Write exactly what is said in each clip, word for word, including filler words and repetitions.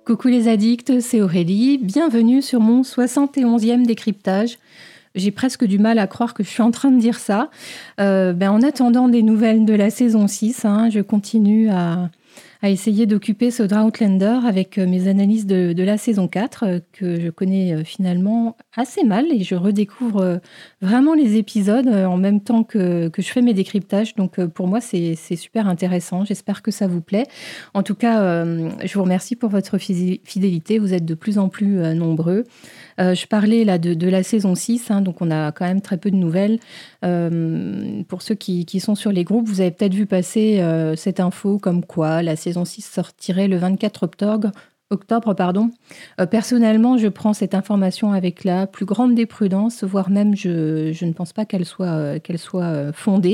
Coucou les addicts, c'est Aurélie. Bienvenue sur mon soixante et onzième décryptage. J'ai presque du mal à croire que je suis en train de dire ça. Euh, ben, en attendant des nouvelles de la saison six, hein, je continue à, à essayer d'occuper ce Outlander avec mes analyses de, de la saison quatre, euh, que je connais euh, finalement assez mal. Et je redécouvre euh, vraiment les épisodes euh, en même temps que, que je fais mes décryptages. Donc euh, pour moi, c'est, c'est super intéressant. J'espère que ça vous plaît. En tout cas, euh, je vous remercie pour votre fidélité. Vous êtes de plus en plus euh, nombreux. Euh, je parlais là de, de la saison six, hein, donc on a quand même très peu de nouvelles. Euh, pour ceux qui, qui sont sur les groupes, vous avez peut-être vu passer euh, cette info comme quoi la saison six sortirait le vingt-quatre octobre. Octobre, pardon. Euh, personnellement, je prends cette information avec la plus grande des prudences, voire même je, je ne pense pas qu'elle soit, euh, qu'elle soit euh, fondée.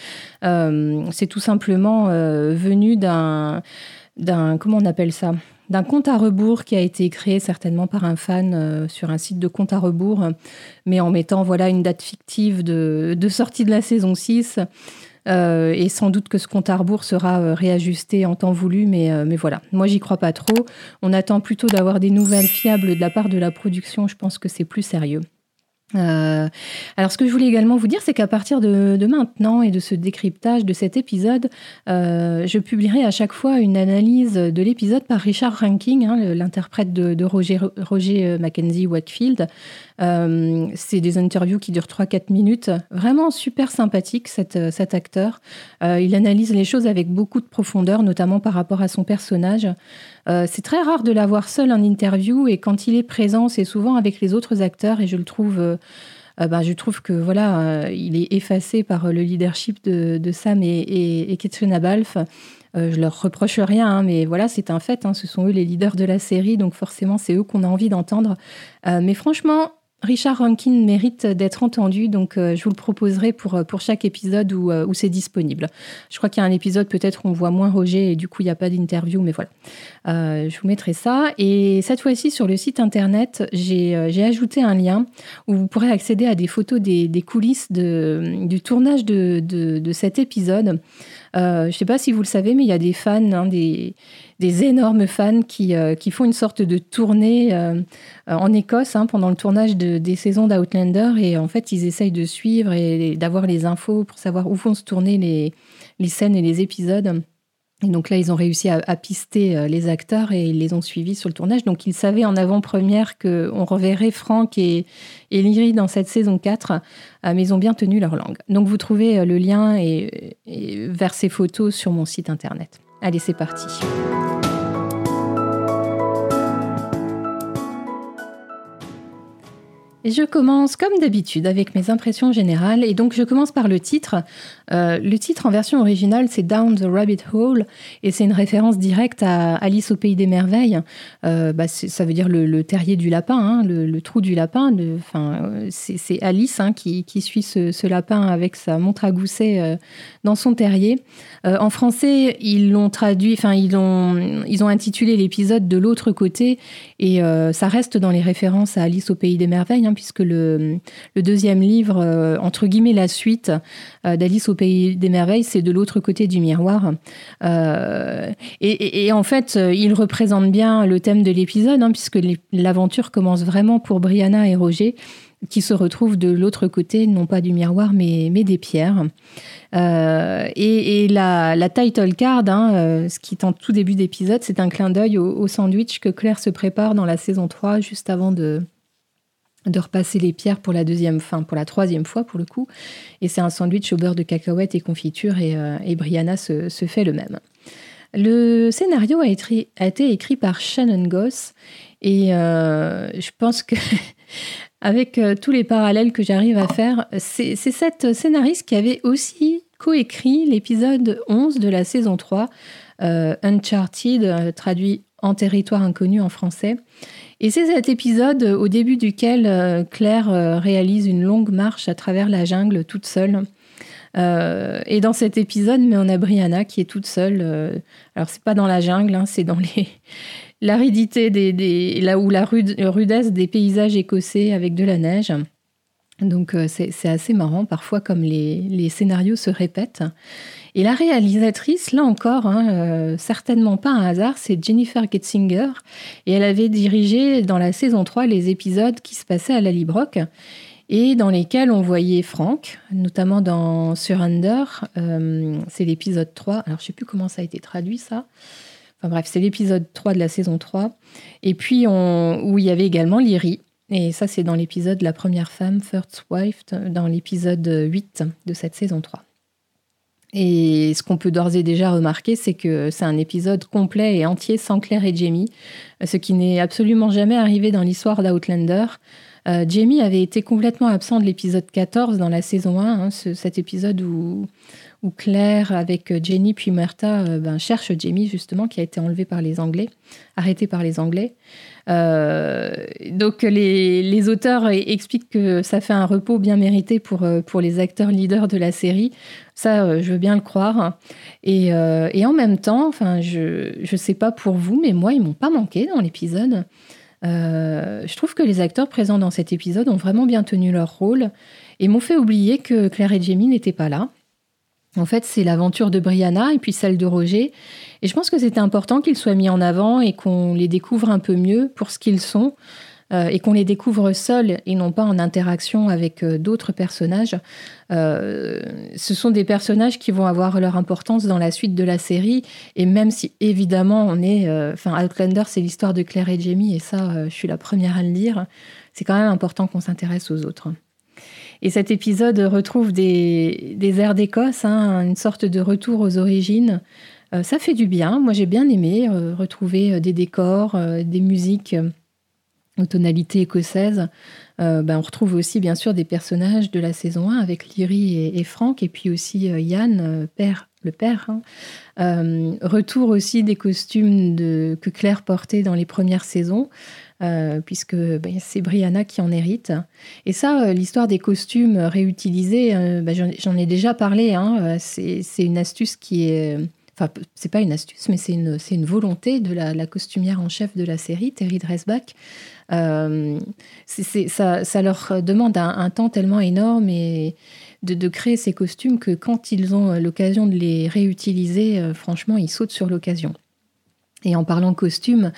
Euh, c'est tout simplement euh, venu d'un, d'un... Comment on appelle ça ? D'un compte à rebours qui a été créé certainement par un fan euh, sur un site de compte à rebours, mais en mettant voilà, une date fictive de, de sortie de la saison six. Euh, et sans doute que ce compte à rebours sera euh, réajusté en temps voulu, mais, euh, mais voilà. Moi, j'y crois pas trop. On attend plutôt d'avoir des nouvelles fiables de la part de la production. Je pense que c'est plus sérieux. Euh, alors, ce que je voulais également vous dire, c'est qu'à partir de, de maintenant et de ce décryptage de cet épisode, euh, je publierai à chaque fois une analyse de l'épisode par Richard Rankin, hein, l'interprète de, de Roger, Roger Mackenzie Wakefield. Euh, c'est des interviews qui durent trois à quatre minutes. Vraiment super sympathique, cet, cet acteur. Euh, il analyse les choses avec beaucoup de profondeur, notamment par rapport à son personnage. Euh, c'est très rare de l'avoir seul en interview, et quand il est présent, c'est souvent avec les autres acteurs, et je le trouve... Euh, Euh, ben, je trouve que voilà, euh, il est effacé par le leadership de, de Sam et, et, et Katrina Balfe. Euh, je leur reproche rien, hein, mais voilà, c'est un fait. Hein, ce sont eux les leaders de la série, donc forcément, c'est eux qu'on a envie d'entendre. Euh, mais franchement, Richard Rankin mérite d'être entendu, donc euh, je vous le proposerai pour, pour chaque épisode où, euh, où c'est disponible. Je crois qu'il y a un épisode peut-être où on voit moins Roger et du coup il n'y a pas d'interview, mais voilà. Euh, je vous mettrai ça. Et cette fois-ci, sur le site internet, j'ai, euh, j'ai ajouté un lien où vous pourrez accéder à des photos des, des coulisses de, du tournage de, de, de cet épisode. Euh, je ne sais pas si vous le savez, mais il y a des fans, hein, des, des énormes fans qui, euh, qui font une sorte de tournée euh, en Écosse, hein, pendant le tournage de, des saisons d'Outlander. Et en fait, ils essayent de suivre et d'avoir les infos pour savoir où vont se tourner les, les scènes et les épisodes. Et donc là, ils ont réussi à, à pister les acteurs et ils les ont suivis sur le tournage. Donc ils savaient en avant-première qu'on reverrait Frank et, et Lyrie dans cette saison quatre, mais ils ont bien tenu leur langue. Donc vous trouvez le lien et, et vers ces photos sur mon site internet. Allez, c'est parti. Et je commence comme d'habitude avec mes impressions générales. Et donc je commence par le titre. Euh, le titre en version originale, c'est Down the Rabbit Hole. Et c'est une référence directe à Alice au Pays des Merveilles. Euh, bah, ça veut dire le, le terrier du lapin, hein, le, le trou du lapin. Le, c'est, c'est Alice, hein, qui, qui suit ce, ce lapin avec sa montre à gousset euh, dans son terrier. Euh, en français, ils l'ont traduit, enfin ils ont, ils ont intitulé l'épisode De l'autre côté. Et euh, ça reste dans les références à Alice au Pays des Merveilles, hein, puisque le, le deuxième livre, euh, entre guillemets la suite euh, d'Alice au Pays des Merveilles, c'est De l'autre côté du miroir. Euh, et, et, et en fait, il représente bien le thème de l'épisode, hein, puisque les, l'aventure commence vraiment pour Brianna et Roger, qui se retrouvent de l'autre côté, non pas du miroir, mais, mais des pierres. Euh, et, et la, la title card, hein, euh, ce qui est en tout début d'épisode, c'est un clin d'œil au, au sandwich que Claire se prépare dans la saison trois, juste avant de... de repasser les pierres pour la deuxième, enfin pour la troisième fois pour le coup. Et c'est un sandwich au beurre de cacahuètes et confiture, et, euh, et Brianna se, se fait le même. Le scénario a été, a été écrit par Shannon Goss, et euh, je pense que avec euh, tous les parallèles que j'arrive à faire, c'est, c'est cette scénariste qui avait aussi coécrit l'épisode onze de la saison trois, euh, Uncharted, euh, traduit En territoire inconnu en français. Et c'est cet épisode au début duquel euh, Claire euh, réalise une longue marche à travers la jungle toute seule. Euh, et dans cet épisode, mais on a Brianna qui est toute seule. Euh, alors c'est pas dans la jungle, hein, c'est dans les l'aridité des, des là où la rude, rudesse des paysages écossais avec de la neige. Donc euh, c'est, c'est assez marrant parfois comme les, les scénarios se répètent. Et la réalisatrice, là encore, hein, euh, certainement pas un hasard, c'est Jennifer Getzinger. Et elle avait dirigé dans la saison trois les épisodes qui se passaient à Lallybroch et dans lesquels on voyait Frank, notamment dans Surrender. Euh, c'est l'épisode trois. Alors je ne sais plus comment ça a été traduit ça. Enfin bref, c'est l'épisode trois de la saison trois. Et puis on, où il y avait également Lyrie. Et ça, c'est dans l'épisode La première femme, First Wife, dans l'épisode huit de cette saison trois. Et ce qu'on peut d'ores et déjà remarquer, c'est que c'est un épisode complet et entier sans Claire et Jamie, ce qui n'est absolument jamais arrivé dans l'histoire d'Outlander. Euh, Jamie avait été complètement absent de l'épisode quatorze dans la saison un, hein, ce, cet épisode où, où Claire, avec Jenny puis Myrta, euh, ben, cherche Jamie, justement, qui a été enlevé par les Anglais, arrêté par les Anglais. Euh, donc les, les auteurs expliquent que ça fait un repos bien mérité pour, pour les acteurs leaders de la série. Ça, je veux bien le croire. Et, euh, et en même temps, enfin, je ne sais pas pour vous, mais moi, ils ne m'ont pas manqué dans l'épisode. Euh, je trouve que les acteurs présents dans cet épisode ont vraiment bien tenu leur rôle et m'ont fait oublier que Claire et Jamie n'étaient pas là. En fait, c'est l'aventure de Brianna et puis celle de Roger. Et je pense que c'était important qu'ils soient mis en avant et qu'on les découvre un peu mieux pour ce qu'ils sont euh, et qu'on les découvre seuls et non pas en interaction avec euh, d'autres personnages. Euh, ce sont des personnages qui vont avoir leur importance dans la suite de la série. Et même si, évidemment, on est... Enfin, euh, Outlander, c'est l'histoire de Claire et Jamie et ça, euh, je suis la première à le dire. C'est quand même important qu'on s'intéresse aux autres. Et cet épisode retrouve des, des airs d'Écosse, hein, une sorte de retour aux origines. Euh, ça fait du bien. Moi, j'ai bien aimé euh, retrouver des décors, euh, des musiques euh, aux tonalités écossaises. Euh, ben, on retrouve aussi, bien sûr, des personnages de la saison un avec Lyrie et, et Frank, et puis aussi euh, Yann, euh, père, le père. Hein. Euh, retour aussi des costumes de, que Claire portait dans les premières saisons. Euh, puisque ben, c'est Brianna qui en hérite. Et ça, euh, l'histoire des costumes réutilisés, euh, ben, j'en, j'en ai déjà parlé. Hein, c'est, c'est une astuce qui est... Enfin, c'est pas une astuce, mais c'est une, c'est une volonté de la, la costumière en chef de la série, Terry Dresbach. Euh, c'est, c'est, ça, ça leur demande un, un temps tellement énorme et de, de créer ces costumes que quand ils ont l'occasion de les réutiliser, euh, franchement, ils sautent sur l'occasion. Et en parlant costume,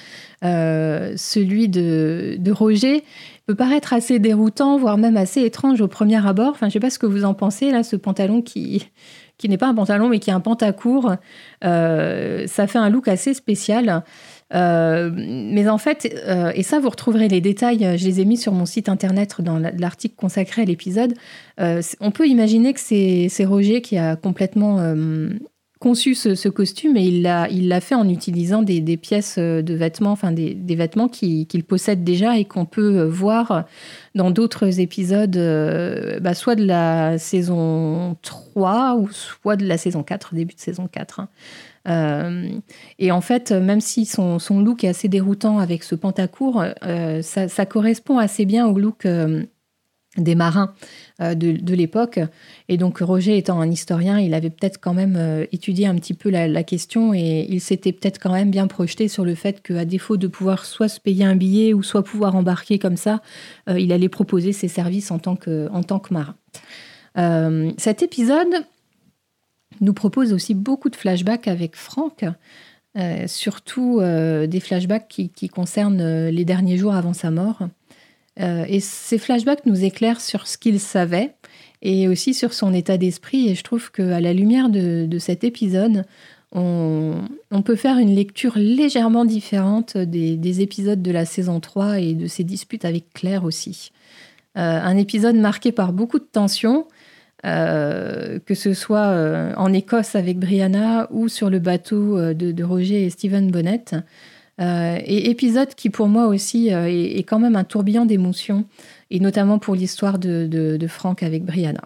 euh, celui de, de Roger peut paraître assez déroutant, voire même assez étrange au premier abord. Enfin, je ne sais pas ce que vous en pensez, là, ce pantalon qui, qui n'est pas un pantalon, mais qui est un pantacourt. Euh, ça fait un look assez spécial. Euh, mais en fait, euh, et ça, vous retrouverez les détails, je les ai mis sur mon site internet dans l'article consacré à l'épisode. Euh, on peut imaginer que c'est, c'est Roger qui a complètement... Euh, conçu ce, ce costume et il l'a, il l'a fait en utilisant des, des pièces de vêtements, enfin des, des vêtements qu'il, qu'il possède déjà et qu'on peut voir dans d'autres épisodes, euh, bah, soit de la saison trois ou soit de la saison quatre, début de saison quatre. Hein. Euh, et en fait, même si son, son look est assez déroutant avec ce pantacourt, euh, ça, ça correspond assez bien au look... Euh, des marins euh, de, de l'époque. Et donc, Roger étant un historien, il avait peut-être quand même euh, étudié un petit peu la, la question et il s'était peut-être quand même bien projeté sur le fait qu'à défaut de pouvoir soit se payer un billet ou soit pouvoir embarquer comme ça, euh, il allait proposer ses services en tant que, en tant que marin. Euh, cet épisode nous propose aussi beaucoup de flashbacks avec Frank, euh, surtout euh, des flashbacks qui, qui concernent euh, les derniers jours avant sa mort. Euh, et ces flashbacks nous éclairent sur ce qu'il savait et aussi sur son état d'esprit. Et je trouve qu'à la lumière de, de cet épisode, on, on peut faire une lecture légèrement différente des, des épisodes de la saison trois et de ses disputes avec Claire aussi. Euh, un épisode marqué par beaucoup de tensions, euh, que ce soit euh, en Écosse avec Brianna ou sur le bateau de, de Roger et Stephen Bonnet. Euh, et épisode qui, pour moi aussi, euh, est, est quand même un tourbillon d'émotions, et notamment pour l'histoire de, de, de Frank avec Brianna.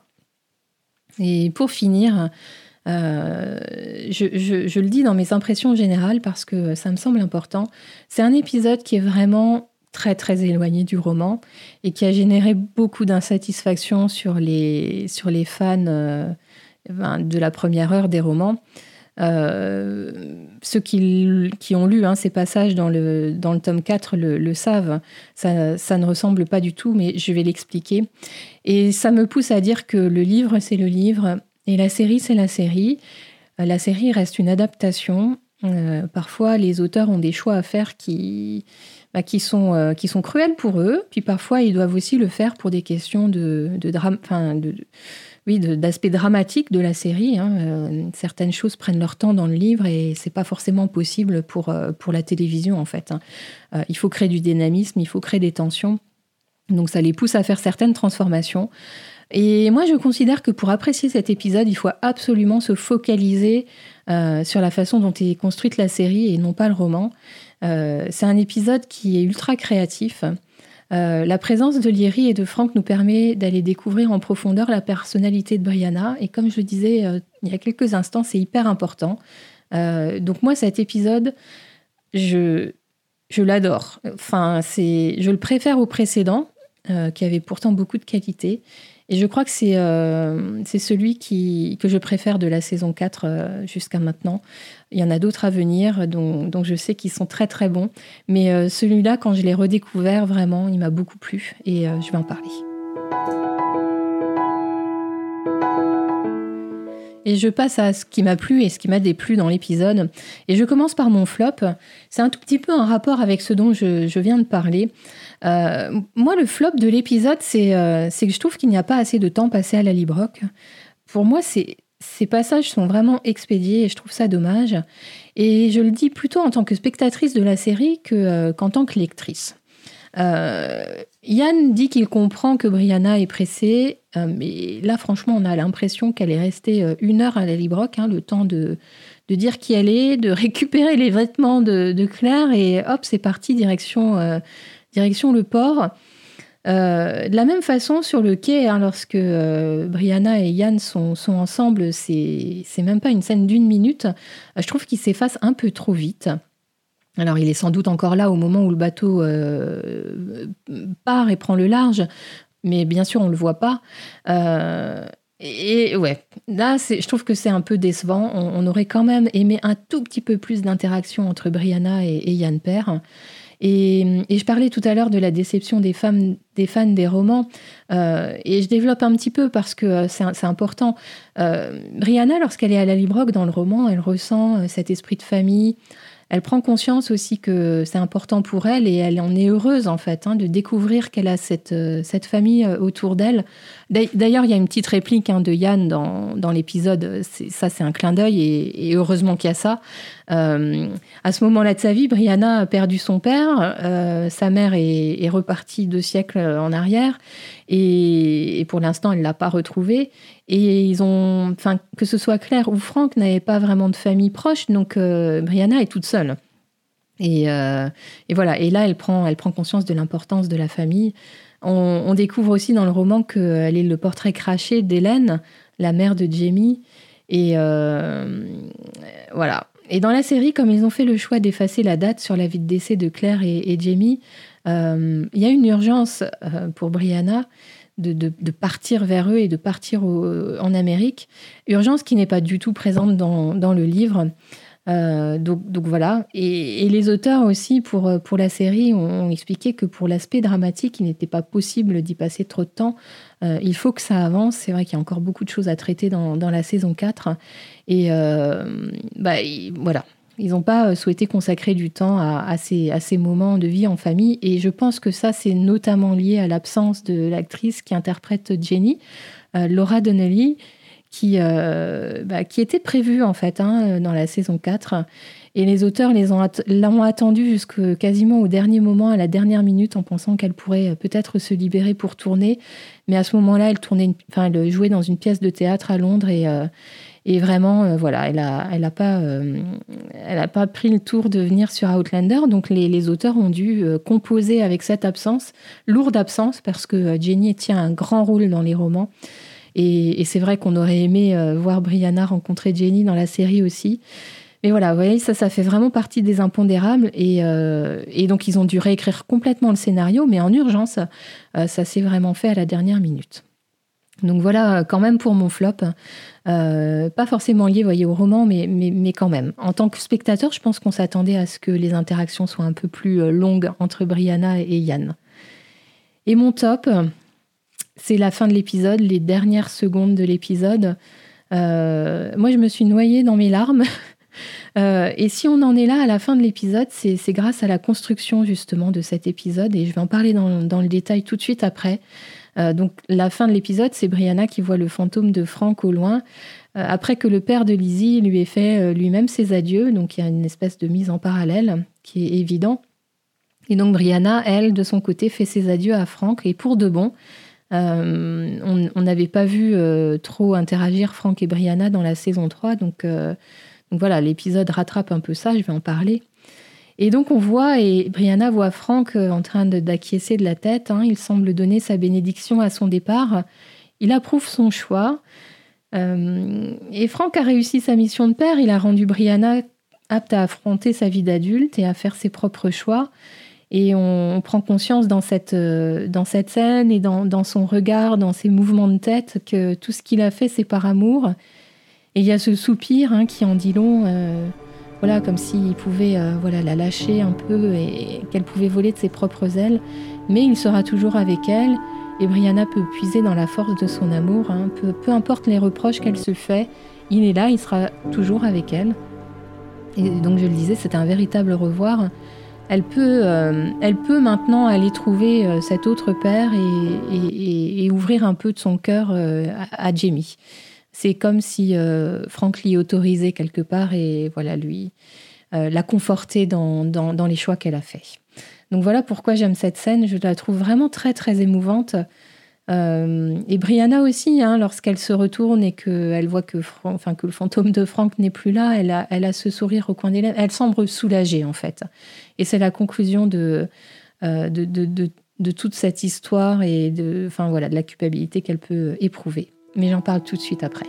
Et pour finir, euh, je, je, je le dis dans mes impressions générales parce que ça me semble important, c'est un épisode qui est vraiment très, très éloigné du roman et qui a généré beaucoup d'insatisfaction sur les, sur les fans euh, de la première heure des romans. Euh, ceux qui, qui ont lu hein, ces passages dans le, dans le tome quatre le, le savent, ça, ça ne ressemble pas du tout, mais je vais l'expliquer. Et ça me pousse à dire que le livre, c'est le livre, et la série, c'est la série. La série reste une adaptation. Euh, parfois, les auteurs ont des choix à faire qui, bah, qui, sont, euh, qui sont cruels pour eux, puis parfois, ils doivent aussi le faire pour des questions de, de drame, enfin, de, de oui, de, d'aspect dramatique de la série. Hein. Euh, certaines choses prennent leur temps dans le livre et c'est pas forcément possible pour, euh, pour la télévision, en fait. Hein. Euh, il faut créer du dynamisme, il faut créer des tensions. Donc, ça les pousse à faire certaines transformations. Et moi, je considère que pour apprécier cet épisode, il faut absolument se focaliser euh, sur la façon dont est construite la série et non pas le roman. Euh, c'est un épisode qui est ultra créatif. Euh, la présence de Lyri et de Frank nous permet d'aller découvrir en profondeur la personnalité de Brianna. Et comme je le disais euh, il y a quelques instants, c'est hyper important. Euh, donc moi, cet épisode, je, je l'adore. Enfin, c'est, je le préfère au précédent, euh, qui avait pourtant beaucoup de qualités. Et je crois que c'est, euh, c'est celui qui, que je préfère de la saison quatre euh, jusqu'à maintenant. Il y en a d'autres à venir, dont, dont je sais qu'ils sont très très bons. Mais euh, celui-là, quand je l'ai redécouvert, vraiment, il m'a beaucoup plu. Et euh, je vais en parler. Et je passe à ce qui m'a plu et ce qui m'a déplu dans l'épisode. Et je commence par mon flop. C'est un tout petit peu en rapport avec ce dont je, je viens de parler. Euh, moi, le flop de l'épisode, c'est, euh, c'est que je trouve qu'il n'y a pas assez de temps passé à la Librock. Pour moi, c'est, ces passages sont vraiment expédiés et je trouve ça dommage. Et je le dis plutôt en tant que spectatrice de la série que, euh, qu'en tant que lectrice. Euh, Yann dit qu'il comprend que Brianna est pressée, euh, mais là, franchement, on a l'impression qu'elle est restée euh, une heure à la Librock, hein, le temps de, de dire qui elle est, de récupérer les vêtements de, de Claire, et hop, c'est parti, direction, euh, direction le port. Euh, de la même façon, sur le quai, hein, lorsque euh, Brianna et Yann sont, sont ensemble, c'est, c'est même pas une scène d'une minute. Euh, je trouve qu'ils s'effacent un peu trop vite. Alors, il est sans doute encore là au moment où le bateau euh, part et prend le large, mais bien sûr, on ne le voit pas. Euh, et ouais, là, c'est, je trouve que c'est un peu décevant. On, on aurait quand même aimé un tout petit peu plus d'interaction entre Brianna et, et Yann Père. Et, et je parlais tout à l'heure de la déception des, femmes, des fans des romans, euh, et je développe un petit peu parce que c'est, c'est important. Euh, Brianna, lorsqu'elle est à la Librock dans le roman, elle ressent cet esprit de famille. Elle prend conscience aussi que c'est important pour elle et elle en est heureuse en fait hein, de découvrir qu'elle a cette, cette famille autour d'elle. D'ailleurs, il y a une petite réplique hein, de Yann dans, dans l'épisode. C'est, ça, c'est un clin d'œil et, et heureusement qu'il y a ça. Euh, à ce moment-là de sa vie, Brianna a perdu son père. Euh, sa mère est, est repartie deux siècles en arrière et, et pour l'instant, elle ne l'a pas retrouvée. Et ils ont, enfin, que ce soit Claire ou Frank, n'avaient pas vraiment de famille proche, donc euh, Brianna est toute seule. Et, euh, et voilà. Et là, elle prend, elle prend conscience de l'importance de la famille. On, on découvre aussi dans le roman qu'elle est le portrait craché d'Hélène, la mère de Jamie. Et euh, voilà. Et dans la série, comme ils ont fait le choix d'effacer la date sur l'avis de décès de Claire et, et Jamie, euh, il y a une urgence euh, pour Brianna. De, de, de partir vers eux et de partir au, en Amérique. Urgence qui n'est pas du tout présente dans, dans le livre. Euh, donc, donc voilà. Et, et les auteurs aussi, pour, pour la série, ont, ont expliqué que pour l'aspect dramatique, il n'était pas possible d'y passer trop de temps. Euh, il faut que ça avance. C'est vrai qu'il y a encore beaucoup de choses à traiter dans, dans la saison quatre. Et euh, bah, et, voilà. Ils n'ont pas souhaité consacrer du temps à, à, ces, à ces moments de vie en famille. Et je pense que ça, c'est notamment lié à l'absence de l'actrice qui interprète Jenny, euh, Laura Donnelly, qui, euh, bah, qui était prévue en fait hein, dans la saison quatre. Et les auteurs les ont, l'ont attendue jusqu'à quasiment au dernier moment, à la dernière minute, en pensant qu'elle pourrait peut-être se libérer pour tourner. Mais à ce moment-là, elle, tournait une, enfin, elle jouait dans une pièce de théâtre à Londres et... Euh, Et vraiment, euh, voilà, elle n'a elle a pas, euh, elle a pas pris le tour de venir sur Outlander. Donc, les, les auteurs ont dû euh, composer avec cette absence, lourde absence, parce que euh, Jenny tient un grand rôle dans les romans. Et, et c'est vrai qu'on aurait aimé euh, voir Brianna rencontrer Jenny dans la série aussi. Mais voilà, vous voyez, ça, ça fait vraiment partie des impondérables. Et, euh, et donc, ils ont dû réécrire complètement le scénario, mais en urgence. Euh, ça s'est vraiment fait à la dernière minute. Donc voilà, quand même pour mon flop. Euh, pas forcément lié, voyez, au roman, mais, mais, mais quand même. En tant que spectateur, je pense qu'on s'attendait à ce que les interactions soient un peu plus longues entre Brianna et Ian. Et mon top, c'est la fin de l'épisode, les dernières secondes de l'épisode. Euh, moi, je me suis noyée dans mes larmes. Euh, et si on en est là à la fin de l'épisode, c'est, c'est grâce à la construction justement de cet épisode, et je vais en parler dans, dans le détail tout de suite après. Euh, donc la fin de l'épisode, c'est Brianna qui voit le fantôme de Frank au loin, euh, après que le père de Lizzie lui ait fait euh, lui-même ses adieux. Donc il y a une espèce de mise en parallèle qui est évident. Et donc Brianna, elle, de son côté, fait ses adieux à Frank, et pour de bon. Euh, on n'avait pas vu euh, trop interagir Frank et Brianna dans la saison trois, donc... Euh, Donc voilà, l'épisode rattrape un peu ça, je vais en parler. Et donc on voit, et Brianna voit Frank en train de, d'acquiescer de la tête. Hein, il semble donner sa bénédiction à son départ. Il approuve son choix. Euh, et Frank a réussi sa mission de père. Il a rendu Brianna apte à affronter sa vie d'adulte et à faire ses propres choix. Et on, on prend conscience dans cette, euh, dans cette scène et dans, dans son regard, dans ses mouvements de tête, que tout ce qu'il a fait, c'est par amour. Et il y a ce soupir hein, qui en dit long, euh, voilà, comme s'il pouvait euh, voilà, la lâcher un peu et qu'elle pouvait voler de ses propres ailes. Mais il sera toujours avec elle, et Brianna peut puiser dans la force de son amour. Hein, peu, peu importe les reproches qu'elle se fait, il est là, il sera toujours avec elle. Et donc je le disais, c'est un véritable revoir. Elle peut, euh, elle peut maintenant aller trouver euh, cet autre père et, et, et, et ouvrir un peu de son cœur euh, à, à Jamie. C'est comme si euh, Frank l'y autorisait quelque part et voilà, lui, euh, l'a conforté dans, dans, dans les choix qu'elle a faits. Donc voilà pourquoi j'aime cette scène. Je la trouve vraiment très, très émouvante. Euh, et Brianna aussi, hein, lorsqu'elle se retourne et qu'elle voit que, Frank, enfin, que le fantôme de Frank n'est plus là, elle a, elle a ce sourire au coin des lèvres. Elle semble soulagée, en fait. Et c'est la conclusion de, euh, de, de, de, de toute cette histoire et de, enfin, voilà, de la culpabilité qu'elle peut éprouver. Mais j'en parle tout de suite après.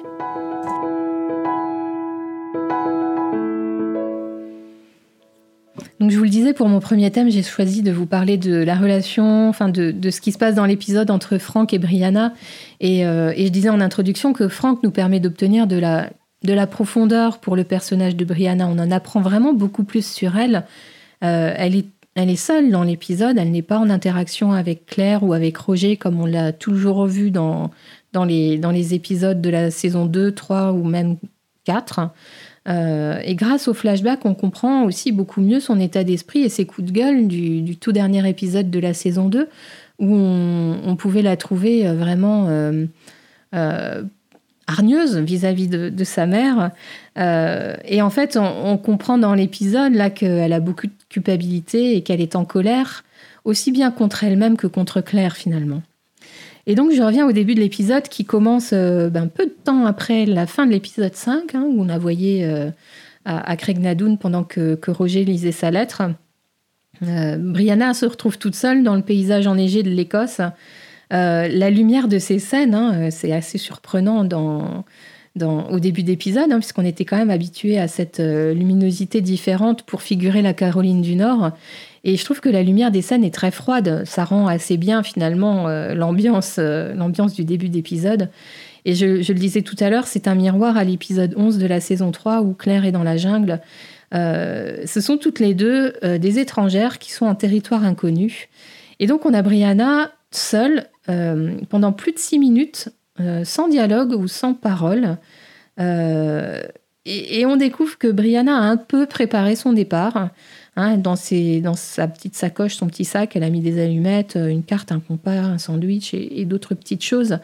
Donc je vous le disais, pour mon premier thème, j'ai choisi de vous parler de la relation, enfin de, de ce qui se passe dans l'épisode entre Frank et Brianna. Et, euh, et je disais en introduction que Frank nous permet d'obtenir de la, de la profondeur pour le personnage de Brianna. On en apprend vraiment beaucoup plus sur elle. Euh, elle est Elle est seule dans l'épisode, elle n'est pas en interaction avec Claire ou avec Roger comme on l'a toujours vu dans, dans, les, dans les épisodes de la saison deux, trois ou même quatre. Euh, et grâce au flashback, on comprend aussi beaucoup mieux son état d'esprit et ses coups de gueule du, du tout dernier épisode de la saison deux, où on, on pouvait la trouver vraiment euh, euh, hargneuse vis-à-vis de, de sa mère. Euh, et en fait, on, on comprend dans l'épisode là qu'elle a beaucoup de culpabilité et qu'elle est en colère, aussi bien contre elle-même que contre Claire, finalement. Et donc, je reviens au début de l'épisode qui commence euh, ben, peu de temps après la fin de l'épisode cinq, hein, où on la voyait euh, à, à Craignadoon pendant que, que Roger lisait sa lettre. Euh, Brianna se retrouve toute seule dans le paysage enneigé de l'Écosse. Euh, la lumière de ces scènes, hein, c'est assez surprenant dans, dans, au début d'épisode, hein, puisqu'on était quand même habitué à cette euh, luminosité différente pour figurer la Caroline du Nord. Et je trouve que la lumière des scènes est très froide. Ça rend assez bien, finalement, euh, l'ambiance, euh, l'ambiance du début d'épisode. Et je, je le disais tout à l'heure, c'est un miroir à l'épisode onze de la saison trois, où Claire est dans la jungle. Euh, ce sont toutes les deux euh, des étrangères qui sont en territoire inconnu. Et donc, on a Brianna seule euh, pendant plus de six minutes, euh, sans dialogue ou sans parole. Euh, et, et on découvre que Brianna a un peu préparé son départ. Hein, dans, ses, dans sa petite sacoche, son petit sac, elle a mis des allumettes, une carte, un compas, un sandwich et, et d'autres petites choses.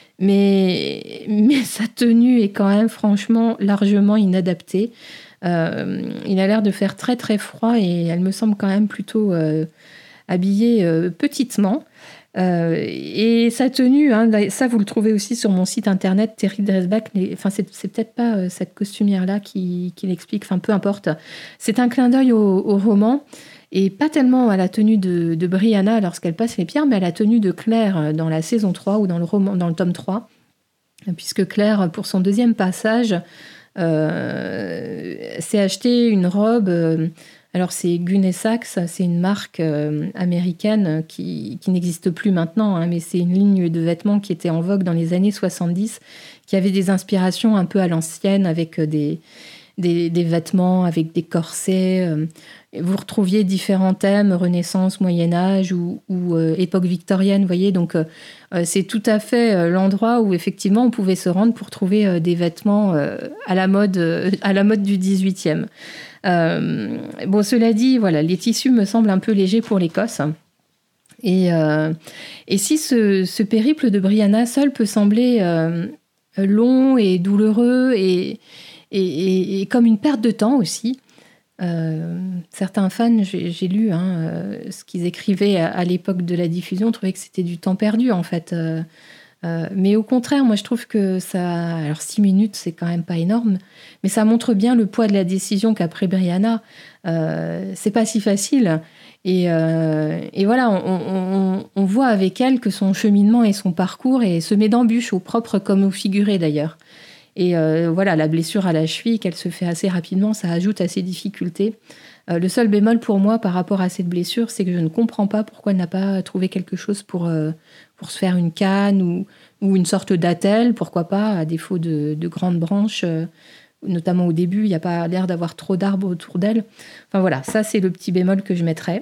Mais, mais sa tenue est quand même franchement largement inadaptée. Euh, il a l'air de faire très très froid et elle me semble quand même plutôt euh, habillée euh, petitement. Euh, et sa tenue, hein, ça vous le trouvez aussi sur mon site internet, Terry Dresbach. Les, enfin, c'est, c'est peut-être pas euh, cette costumière-là qui, qui l'explique, enfin peu importe. C'est un clin d'œil au, au roman et pas tellement à la tenue de, de Brianna lorsqu'elle passe les pierres, mais à la tenue de Claire dans la saison trois ou dans le, roman, dans le tome trois. Puisque Claire, pour son deuxième passage, euh, s'est acheté une robe... Euh, Alors, c'est Gunne Sachs, c'est une marque euh, américaine qui, qui n'existe plus maintenant, hein, mais c'est une ligne de vêtements qui était en vogue dans les années soixante-dix, qui avait des inspirations un peu à l'ancienne, avec des, des, des vêtements, avec des corsets. Vous retrouviez différents thèmes, Renaissance, Moyen-Âge ou, ou euh, époque victorienne, vous voyez. Donc, euh, c'est tout à fait euh, l'endroit où, effectivement, on pouvait se rendre pour trouver euh, des vêtements euh, à, la mode, euh, à la mode du dix-huitième. Euh, bon, cela dit, voilà, les tissus me semblent un peu légers pour l'Écosse. Et, euh, et si ce, ce périple de Brianna seul peut sembler euh, long et douloureux et, et, et, et comme une perte de temps aussi, Euh, certains fans, j'ai, j'ai lu hein, euh, ce qu'ils écrivaient à, à l'époque de la diffusion, trouvaient que c'était du temps perdu en fait. Euh, euh, mais au contraire, moi je trouve que ça. Alors six minutes, c'est quand même pas énorme, mais ça montre bien le poids de la décision qu'a pris Brianna. Euh, c'est pas si facile. Et, euh, et voilà, on, on, on voit avec elle que son cheminement et son parcours est semé d'embûches, au propre comme au figuré d'ailleurs. Et euh, voilà, la blessure à la cheville, qu'elle se fait assez rapidement, ça ajoute à ses difficultés. Euh, le seul bémol pour moi par rapport à cette blessure, c'est que je ne comprends pas pourquoi elle n'a pas trouvé quelque chose pour, euh, pour se faire une canne ou, ou une sorte d'attelle, pourquoi pas, à défaut de, de grandes branches. Euh, notamment au début, il n'y a pas l'air d'avoir trop d'arbres autour d'elle. Enfin voilà, ça c'est le petit bémol que je mettrais.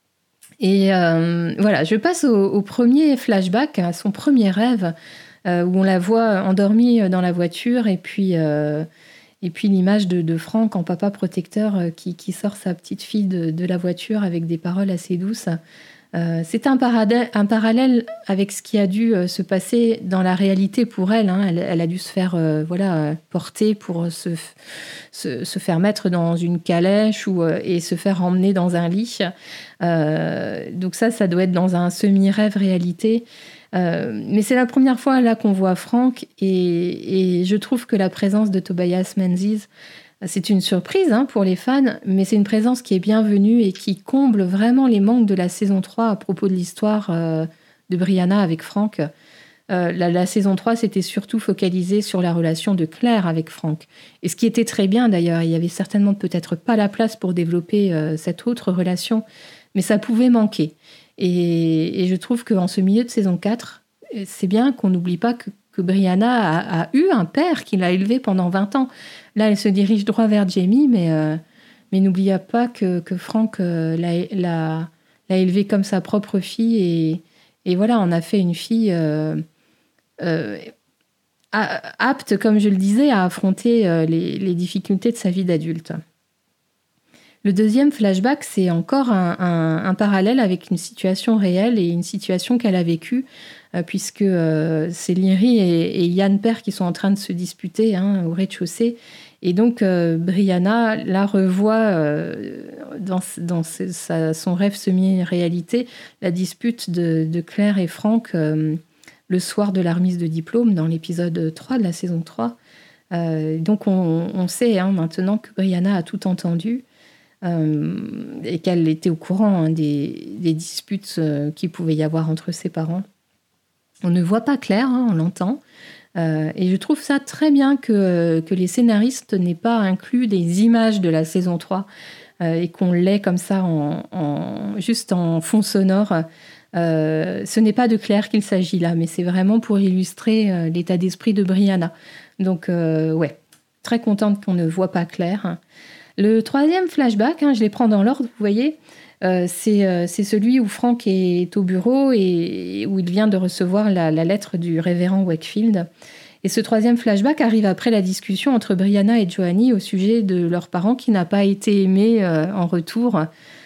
Et euh, voilà, je passe au, au premier flashback, à son premier rêve, Euh, où on la voit endormie dans la voiture et puis, euh, et puis l'image de, de Franck en papa protecteur euh, qui, qui sort sa petite fille de, de la voiture avec des paroles assez douces. Euh, c'est un parallèle, un parallèle avec ce qui a dû euh, se passer dans la réalité pour elle. Hein. Elle, elle a dû se faire euh, voilà, porter pour se, se, se faire mettre dans une calèche ou, euh, et se faire emmener dans un lit. Euh, donc ça, ça doit être dans un semi-rêve réalité. Euh, mais c'est la première fois là qu'on voit Franck et, et je trouve que la présence de Tobias Menzies, c'est une surprise hein, pour les fans, mais c'est une présence qui est bienvenue et qui comble vraiment les manques de la saison trois à propos de l'histoire euh, de Brianna avec Franck. Euh, la, la saison trois s'était surtout focalisée sur la relation de Claire avec Franck. Et ce qui était très bien d'ailleurs, il y avait certainement peut-être pas la place pour développer euh, cette autre relation, mais ça pouvait manquer. Et, et je trouve qu'en ce milieu de saison quatre, c'est bien qu'on n'oublie pas que, que Brianna a, a eu un père qui l'a élevée pendant vingt ans. Là, elle se dirige droit vers Jamie, mais, euh, mais n'oubliez pas que, que Franck euh, l'a, l'a, l'a élevée comme sa propre fille. Et, et voilà, on a fait une fille euh, euh, apte, comme je le disais, à affronter euh, les, les difficultés de sa vie d'adulte. Le deuxième flashback, c'est encore un, un, un parallèle avec une situation réelle et une situation qu'elle a vécue, euh, puisque euh, c'est Lyri et, et Yann Père qui sont en train de se disputer hein, au rez-de-chaussée. Et donc, euh, Brianna la revoit euh, dans, dans sa, son rêve semi-réalité, la dispute de, de Claire et Franck euh, le soir de la remise de diplôme dans l'épisode trois de la saison trois. Euh, donc, on, on sait hein, maintenant que Brianna a tout entendu. Euh, et qu'elle était au courant hein, des, des disputes euh, qu'il pouvait y avoir entre ses parents. On ne voit pas Claire, hein, on l'entend. Euh, et je trouve ça très bien que, que les scénaristes n'aient pas inclus des images de la saison trois euh, et qu'on l'ait comme ça, en, en, juste en fond sonore. Euh, ce n'est pas de Claire qu'il s'agit là, mais c'est vraiment pour illustrer euh, l'état d'esprit de Brianna. Donc, euh, ouais, très contente qu'on ne voit pas Claire. Le troisième flashback, hein, je les prends dans l'ordre, vous voyez, euh, c'est, euh, c'est celui où Franck est au bureau et où il vient de recevoir la, la lettre du révérend Wakefield. Et ce troisième flashback arrive après la discussion entre Brianna et Joanie au sujet de leurs parents qui n'a pas été aimé euh, en retour.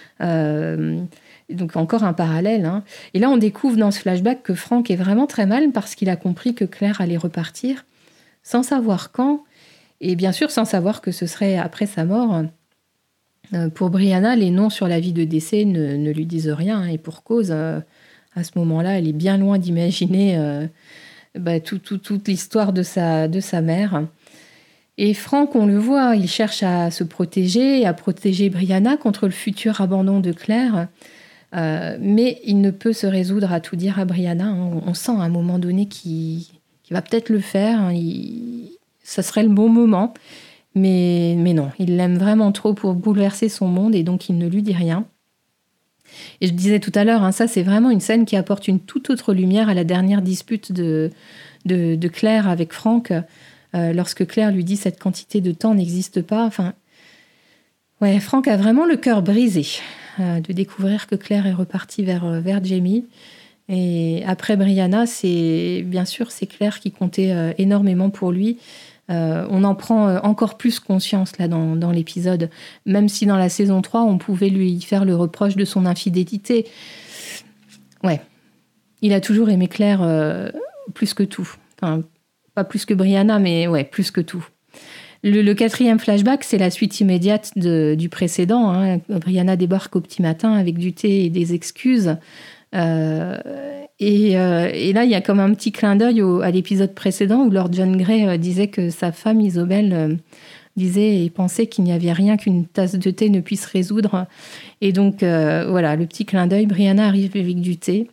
Euh, donc encore un parallèle. Hein. Et là, on découvre dans ce flashback que Franck est vraiment très mal parce qu'il a compris que Claire allait repartir sans savoir quand. Et bien sûr, sans savoir que ce serait après sa mort. Euh, pour Brianna, les noms sur l'avis de décès ne, ne lui disent rien. Et pour cause, euh, à ce moment-là, elle est bien loin d'imaginer euh, bah, tout, tout, toute l'histoire de sa, de sa mère. Et Franck, on le voit, il cherche à se protéger et à protéger Brianna contre le futur abandon de Claire. Euh, mais il ne peut se résoudre à tout dire à Brianna. On, on sent à un moment donné qu'il, qu'il va peut-être le faire. Il... Ça serait le bon moment, mais, mais non, il l'aime vraiment trop pour bouleverser son monde et donc il ne lui dit rien. Et je disais tout à l'heure, hein, ça c'est vraiment une scène qui apporte une toute autre lumière à la dernière dispute de, de, de Claire avec Frank, euh, lorsque Claire lui dit cette quantité de temps n'existe pas. Enfin, ouais, Frank a vraiment le cœur brisé euh, de découvrir que Claire est repartie vers, vers Jamie. Et après Brianna, c'est bien sûr c'est Claire qui comptait euh, énormément pour lui. Euh, on en prend euh, encore plus conscience là dans, dans l'épisode, même si dans la saison trois, on pouvait lui faire le reproche de son infidélité. Ouais, il a toujours aimé Claire euh, plus que tout. Enfin, pas plus que Brianna, mais ouais, plus que tout. Le, le quatrième flashback, c'est la suite immédiate de, du précédent. Hein. Brianna débarque au petit matin avec du thé et des excuses. Euh, et, euh, et là, il y a comme un petit clin d'œil au, à l'épisode précédent où Lord John Grey euh, disait que sa femme Isobel euh, disait et pensait qu'il n'y avait rien qu'une tasse de thé ne puisse résoudre. Et donc, euh, voilà, le petit clin d'œil. Brianna arrive avec du thé.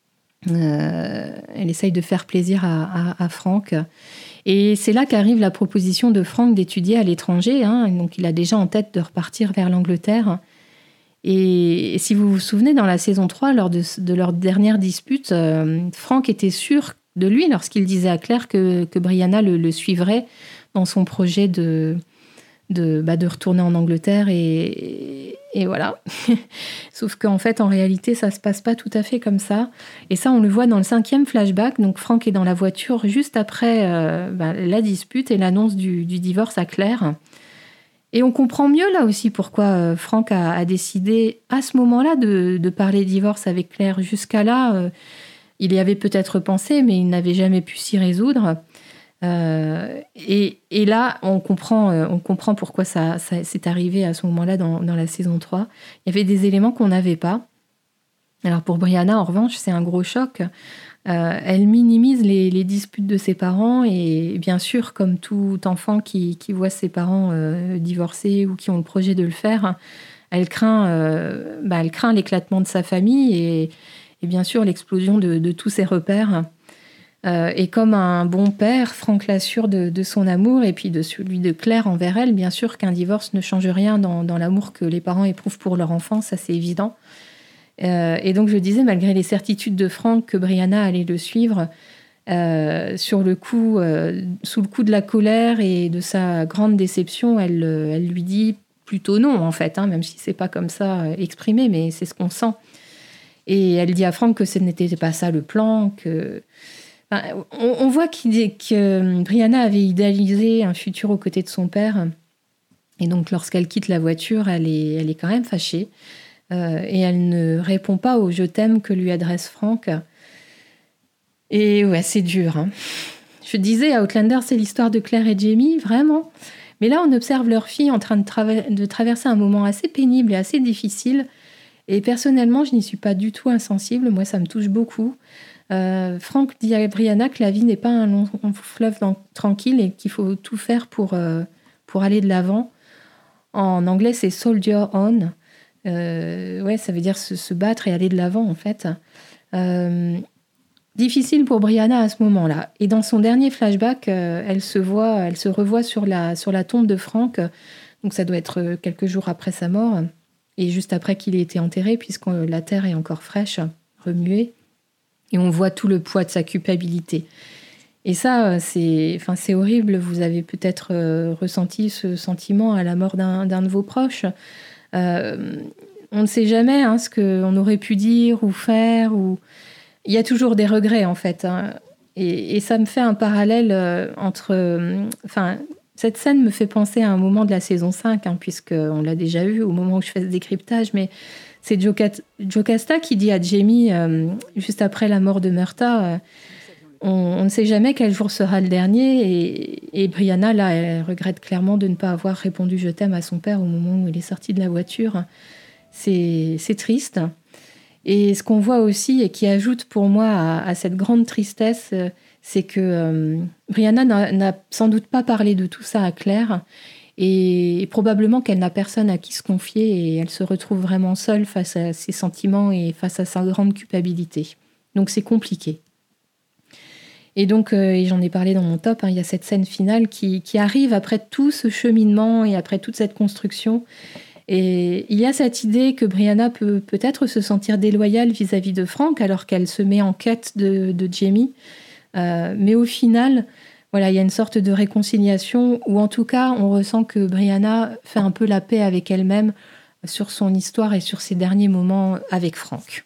Euh, elle essaye de faire plaisir à, à, à Frank. Et c'est là qu'arrive la proposition de Frank d'étudier à l'étranger. Hein. Donc, il a déjà en tête de repartir vers l'Angleterre. Et si vous vous souvenez, dans la saison trois, lors de, de leur dernière dispute, euh, Frank était sûr de lui lorsqu'il disait à Claire que, que Brianna le, le suivrait dans son projet de, de, bah, de retourner en Angleterre. Et, et voilà. Sauf qu'en fait, en réalité, ça ne se passe pas tout à fait comme ça. Et ça, on le voit dans le cinquième flashback. Donc, Frank est dans la voiture juste après euh, bah, la dispute et l'annonce du, du divorce à Claire. Et on comprend mieux là aussi pourquoi Frank a, a décidé à ce moment-là de, de parler divorce avec Claire. Jusqu'à là, euh, il y avait peut-être pensé, mais il n'avait jamais pu s'y résoudre. Euh, et, et là, on comprend, euh, on comprend pourquoi ça, ça c'est arrivé à ce moment-là dans, dans la saison trois. Il y avait des éléments qu'on n'avait pas. Alors pour Brianna, en revanche, c'est un gros choc. Euh, elle minimise les, les disputes de ses parents et bien sûr, comme tout enfant qui, qui voit ses parents euh, divorcer ou qui ont le projet de le faire, elle craint, euh, bah, elle craint l'éclatement de sa famille et, et bien sûr l'explosion de, de tous ses repères. Euh, et comme un bon père, Frank l'assure de, de son amour et puis de celui de Claire envers elle. Bien sûr qu'un divorce ne change rien dans, dans l'amour que les parents éprouvent pour leur enfant, ça c'est évident. Euh, et donc, je disais, malgré les certitudes de Frank que Brianna allait le suivre, euh, sur le coup, euh, sous le coup de la colère et de sa grande déception, elle, elle lui dit plutôt non, en fait, hein, même si c'est pas comme ça euh, exprimé, mais c'est ce qu'on sent. Et elle dit à Frank que ce n'était pas ça le plan, que... Enfin, on, on voit qu'il, que Brianna avait idéalisé un futur aux côtés de son père. Et donc, lorsqu'elle quitte la voiture, elle est, elle est quand même fâchée. Euh, et elle ne répond pas au « je t'aime » que lui adresse Frank. Et ouais, c'est dur. Hein. Je disais, Outlander, c'est l'histoire de Claire et Jamie, vraiment. Mais là, on observe leur fille en train de, trava- de traverser un moment assez pénible et assez difficile. Et personnellement, je n'y suis pas du tout insensible. Moi, ça me touche beaucoup. Euh, Frank dit à Brianna que la vie n'est pas un long fleuve dans- tranquille et qu'il faut tout faire pour, euh, pour aller de l'avant. En anglais, c'est « soldier on ». Euh, ouais, ça veut dire se, se battre et aller de l'avant, en fait. Euh, difficile pour Brianna à ce moment-là. Et dans son dernier flashback, euh, elle se voit, elle se revoit sur la, sur la tombe de Frank. Donc ça doit être quelques jours après sa mort et juste après qu'il ait été enterré, puisque la terre est encore fraîche, remuée. Et on voit tout le poids de sa culpabilité. Et ça, c'est, enfin, c'est horrible. Vous avez peut-être euh, ressenti ce sentiment à la mort d'un, d'un de vos proches. Euh, on ne sait jamais hein, ce qu'on aurait pu dire ou faire. Ou... Il y a toujours des regrets, en fait. Hein. Et, et ça me fait un parallèle euh, entre... Euh, enfin, cette scène me fait penser à un moment de la saison cinq, hein, puisqu'on l'a déjà vu au moment où je fais ce décryptage, mais c'est Jocasta qui dit à Jamie, euh, juste après la mort de Murtagh, euh, on, on ne sait jamais quel jour sera le dernier. Et, et Brianna, là, elle regrette clairement de ne pas avoir répondu « je t'aime » à son père au moment où il est sorti de la voiture. C'est, c'est triste. Et ce qu'on voit aussi, et qui ajoute pour moi à, à cette grande tristesse, c'est que euh, Brianna n'a, n'a sans doute pas parlé de tout ça à Claire. Et, et probablement qu'elle n'a personne à qui se confier et elle se retrouve vraiment seule face à ses sentiments et face à sa grande culpabilité. Donc c'est compliqué. Et donc, euh, et j'en ai parlé dans mon top, hein, il y a cette scène finale qui, qui arrive après tout ce cheminement et après toute cette construction. Et il y a cette idée que Brianna peut peut-être se sentir déloyale vis-à-vis de Frank alors qu'elle se met en quête de, de Jamie. Euh, mais au final, voilà, il y a une sorte de réconciliation où en tout cas, on ressent que Brianna fait un peu la paix avec elle-même sur son histoire et sur ses derniers moments avec Frank.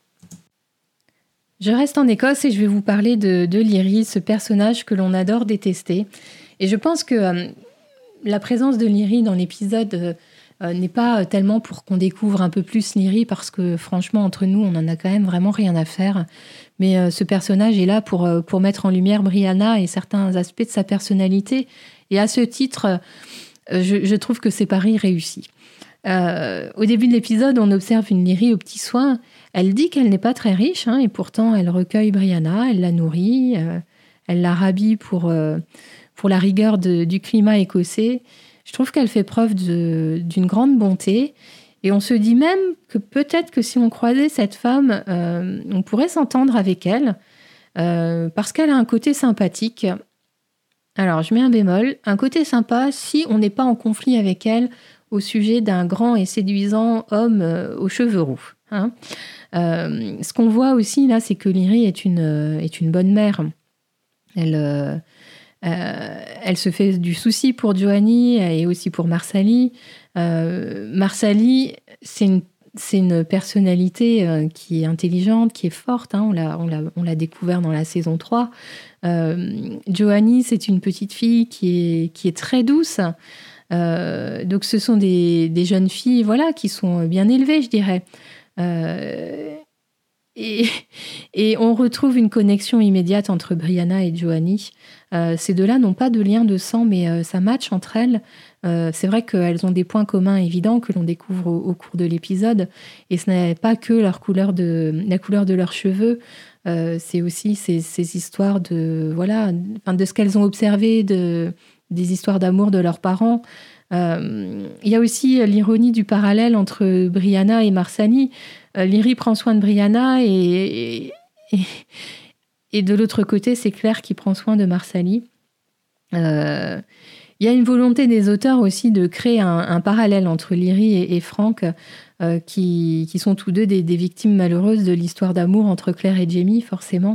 Je reste en Écosse et je vais vous parler de, de Lyrie, ce personnage que l'on adore détester. Et je pense que euh, la présence de Lyrie dans l'épisode euh, euh, n'est pas tellement pour qu'on découvre un peu plus Lyrie, parce que franchement, entre nous, on en a quand même vraiment rien à faire. Mais euh, ce personnage est là pour, euh, pour mettre en lumière Brianna et certains aspects de sa personnalité. Et à ce titre, euh, je, je trouve que c'est pari réussi. Euh, au début de l'épisode, on observe une Lyrie aux petits soins. Elle dit qu'elle n'est pas très riche, hein, et pourtant elle recueille Brianna, elle la nourrit, euh, elle la rhabille pour, euh, pour la rigueur de, du climat écossais. Je trouve qu'elle fait preuve de, d'une grande bonté. Et on se dit même que peut-être que si on croisait cette femme, euh, on pourrait s'entendre avec elle, euh, parce qu'elle a un côté sympathique. Alors, je mets un bémol, un côté sympa si on n'est pas en conflit avec elle au sujet d'un grand et séduisant homme euh, aux cheveux roux. Hein. Euh, ce qu'on voit aussi là, c'est que Lyrie est une, euh, est une bonne mère. Elle, euh, euh, elle se fait du souci pour Johanny et aussi pour Marsali. Euh, Marsali, c'est une, c'est une personnalité euh, qui est intelligente, qui est forte. Hein, on, l'a, on, l'a, on l'a découvert dans la saison trois. Euh, Johanny, c'est une petite fille qui est, qui est très douce. Euh, donc ce sont des, des jeunes filles, voilà, qui sont bien élevées, je dirais. Euh, et, et on retrouve une connexion immédiate entre Brianna et Johanny. Euh, ces deux-là n'ont pas de lien de sang, mais euh, ça match entre elles. Euh, c'est vrai qu'elles ont des points communs évidents que l'on découvre au, au cours de l'épisode. Et ce n'est pas que leur couleur de, la couleur de leurs cheveux. Euh, c'est aussi ces, ces histoires de, voilà, de ce qu'elles ont observé, de, des histoires d'amour de leurs parents. Euh, il y a aussi l'ironie du parallèle entre Brianna et Marsali. Euh, Lyrie prend soin de Brianna et, et, et de l'autre côté, c'est Claire qui prend soin de Marsali. Euh, il y a une volonté des auteurs aussi de créer un, un parallèle entre Lyrie et, et Frank, euh, qui, qui sont tous deux des, des victimes malheureuses de l'histoire d'amour entre Claire et Jamie, forcément.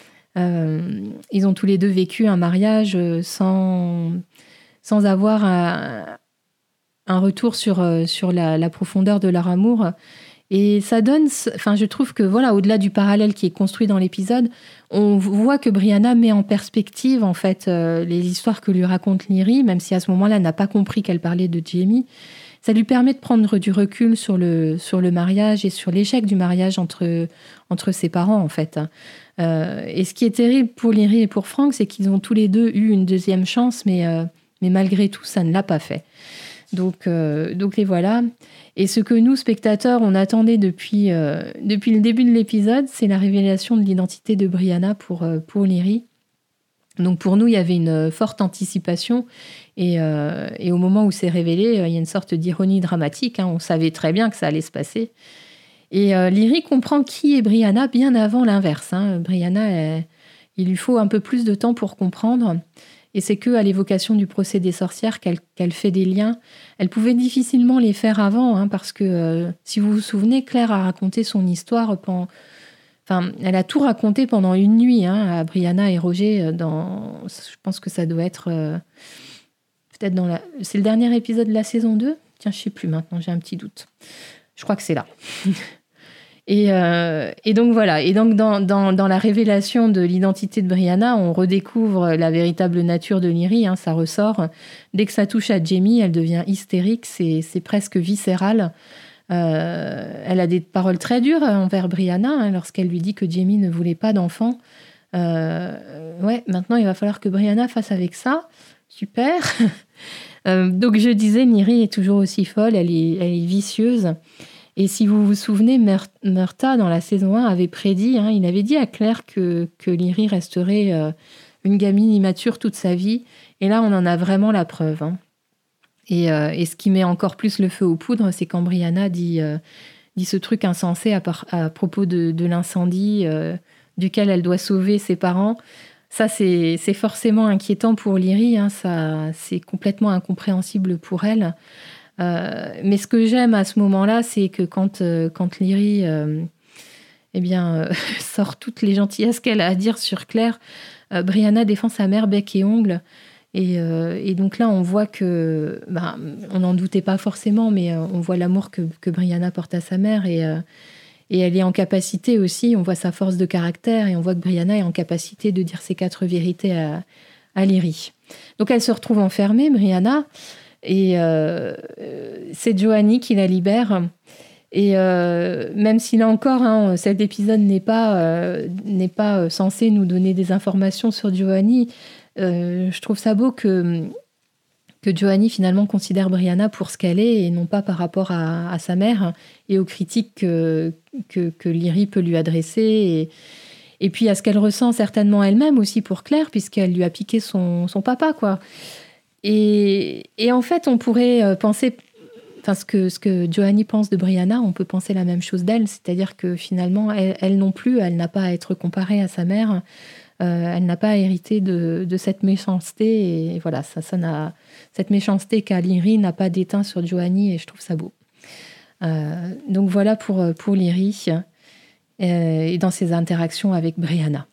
Euh, ils ont tous les deux vécu un mariage sans, sans avoir un, un retour sur, sur la, la profondeur de leur amour. Et ça donne, enfin, je trouve que voilà, au-delà du parallèle qui est construit dans l'épisode, on voit que Brianna met en perspective en fait euh, les histoires que lui raconte Lyrie, même si à ce moment-là, elle n'a pas compris qu'elle parlait de Jamie. Ça lui permet de prendre du recul sur le, sur le mariage et sur l'échec du mariage entre, entre ses parents, en fait. Euh, et ce qui est terrible pour Lyrie et pour Frank, c'est qu'ils ont tous les deux eu une deuxième chance, mais, euh, mais malgré tout, ça ne l'a pas fait. Donc, euh, donc les voilà. Et ce que nous, spectateurs, on attendait depuis, euh, depuis le début de l'épisode, c'est la révélation de l'identité de Brianna pour, euh, pour Lyrie. Donc pour nous, il y avait une forte anticipation. Et, euh, et au moment où c'est révélé, il y a une sorte d'ironie dramatique. Hein. On savait très bien que ça allait se passer. Et euh, Lyrie comprend qui est Brianna bien avant l'inverse. Hein. Brianna, elle, il lui faut un peu plus de temps pour comprendre. Et c'est qu'à l'évocation du procès des sorcières qu'elle, qu'elle fait des liens. Elle pouvait difficilement les faire avant, hein, parce que, euh, si vous vous souvenez, Claire a raconté son histoire pendant... Enfin, elle a tout raconté pendant une nuit, hein, à Brianna et Roger. Dans... Je pense que ça doit être... Euh, peut-être dans la... C'est le dernier épisode de la saison deux ? Tiens, je ne sais plus maintenant, j'ai un petit doute. Je crois que c'est là. Et, euh, et donc voilà, et donc dans, dans, dans la révélation de l'identité de Brianna, on redécouvre la véritable nature de Lyrie, hein, ça ressort. Dès que ça touche à Jamie, elle devient hystérique, c'est, c'est presque viscéral. Euh, elle a des paroles très dures envers Brianna, hein, lorsqu'elle lui dit que Jamie ne voulait pas d'enfant. Euh, ouais, maintenant il va falloir que Brianna fasse avec ça. Super. euh, donc je disais, Lyrie est toujours aussi folle, elle est, elle est vicieuse. Et si vous vous souvenez, Murtagh, dans la saison un, avait prédit, hein, il avait dit à Claire que, que Lyrie resterait euh, une gamine immature toute sa vie. Et là, on en a vraiment la preuve. Hein. Et, euh, et ce qui met encore plus le feu aux poudres, c'est quand Brianna dit, euh, dit ce truc insensé à, par, à propos de, de l'incendie euh, duquel elle doit sauver ses parents. Ça, c'est, c'est forcément inquiétant pour Lyrie. Hein, ça, c'est complètement incompréhensible pour elle. Euh, mais ce que j'aime à ce moment-là, c'est que quand, euh, quand Lyrie euh, eh bien, euh, sort toutes les gentillesses qu'elle a à dire sur Claire. Euh, Brianna défend sa mère bec et ongles. Et, euh, et donc là, on voit que, bah, on n'en doutait pas forcément, mais euh, on voit l'amour que, que Brianna porte à sa mère. Et, euh, et elle est en capacité aussi, on voit sa force de caractère, et on voit que Brianna est en capacité de dire ses quatre vérités à, à Lyrie. Donc elle se retrouve enfermée, Brianna, et euh, c'est Johanny qui la libère. Et euh, même si là encore, hein, cet épisode n'est pas, euh, n'est pas censé nous donner des informations sur Johanny, euh, je trouve ça beau que, que Johanny finalement considère Brianna pour ce qu'elle est et non pas par rapport à, à sa mère et aux critiques que, que, que Lyrie peut lui adresser. Et, et puis à ce qu'elle ressent certainement elle-même aussi pour Claire, puisqu'elle lui a piqué son, son papa, quoi. Et, et en fait, on pourrait penser... Enfin, ce que, ce que Johanny pense de Brianna, on peut penser la même chose d'elle, c'est-à-dire que finalement, elle, elle non plus, elle n'a pas à être comparée à sa mère, euh, elle n'a pas à hériter de, de cette méchanceté, et voilà, ça, ça n'a, cette méchanceté qu'a Lyrie n'a pas d'éteint sur Johanny, et je trouve ça beau. Euh, donc voilà pour, pour Lyrie, euh, et dans ses interactions avec Brianna.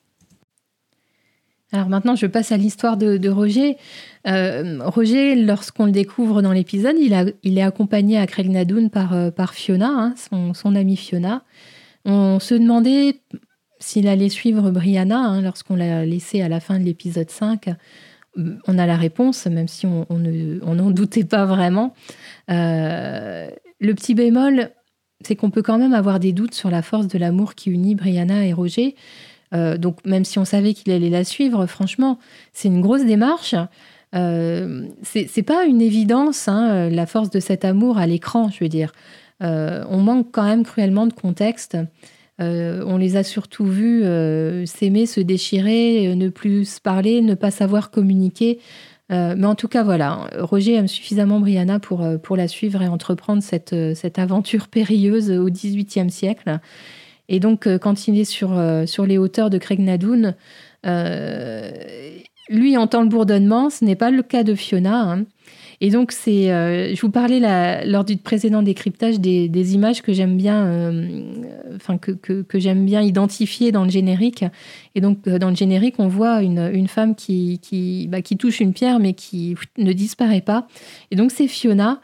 Alors maintenant, je passe à l'histoire de, de Roger. Euh, Roger, lorsqu'on le découvre dans l'épisode, il, a, il est accompagné à Craignadoon par, euh, par Fiona, hein, son, son amie Fiona. On se demandait s'il allait suivre Brianna, hein, lorsqu'on l'a laissé à la fin de l'épisode cinq. On a la réponse, même si on, on, ne, on n'en doutait pas vraiment. Euh, le petit bémol, c'est qu'on peut quand même avoir des doutes sur la force de l'amour qui unit Brianna et Roger. Euh, donc même si on savait qu'il allait la suivre, franchement, c'est une grosse démarche. Euh, c'est, c'est pas une évidence, hein, la force de cet amour à l'écran, je veux dire. Euh, on manque quand même cruellement de contexte. Euh, on les a surtout vus euh, s'aimer, se déchirer, ne plus se parler, ne pas savoir communiquer. Euh, mais en tout cas, voilà, Roger aime suffisamment Brianna pour, pour la suivre et entreprendre cette, cette aventure périlleuse au dix-huitième siècle. Et donc, quand il est sur, sur les hauteurs de Craignadoon, euh, lui entend le bourdonnement. Ce n'est pas le cas de Fiona. Hein. Et donc, c'est, euh, je vous parlais là, lors du précédent décryptage des, des images que j'aime bien, euh, enfin que, que, que j'aime bien identifier dans le générique. Et donc, dans le générique, on voit une, une femme qui, qui, bah, qui touche une pierre, mais qui ne disparaît pas. Et donc, c'est Fiona.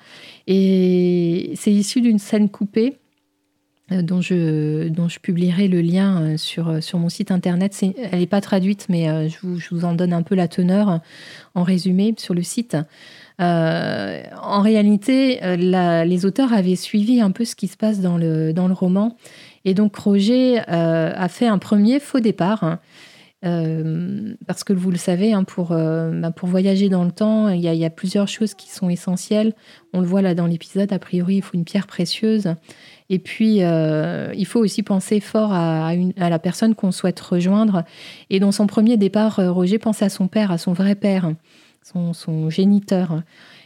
Et c'est issu d'une scène coupée. Dont je, dont je publierai le lien sur, sur mon site internet. C'est, elle n'est pas traduite, mais je vous, je vous en donne un peu la teneur en résumé sur le site. Euh, en réalité, la, les auteurs avaient suivi un peu ce qui se passe dans le, dans le roman. Et donc, Roger euh, a fait un premier faux départ. Hein, euh, parce que vous le savez, hein, pour, euh, bah, pour voyager dans le temps, il y a, il y a plusieurs choses qui sont essentielles. On le voit là dans l'épisode, a priori, il faut une pierre précieuse. Et puis, euh, il faut aussi penser fort à, une, à la personne qu'on souhaite rejoindre. Et dans son premier départ, Roger pense à son père, à son vrai père, son, son géniteur.